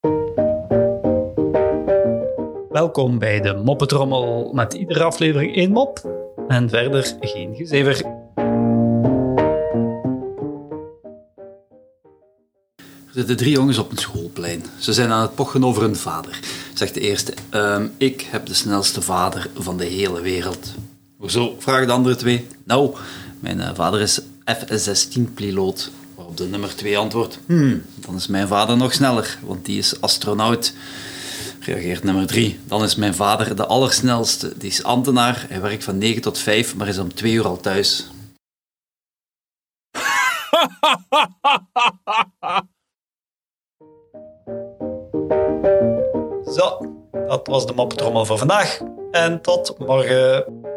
Welkom bij de Moppetrommel met iedere aflevering 1 mop en verder geen gezever. Er zitten 3 jongens op een schoolplein. Ze zijn aan het pochen over hun vader. Zegt de eerste, ik heb de snelste vader van de hele wereld. Hoezo? Vragen de andere 2. Nou, mijn vader is F-16-piloot. Waarop de nummer 2 antwoordt, dan is mijn vader nog sneller, want die is astronaut. Reageert nummer 3, dan is mijn vader de allersnelste. Die is ambtenaar, hij werkt van 9 tot 5, maar is om 2 uur al thuis. Zo, dat was de Moppetrommel voor vandaag. En tot morgen.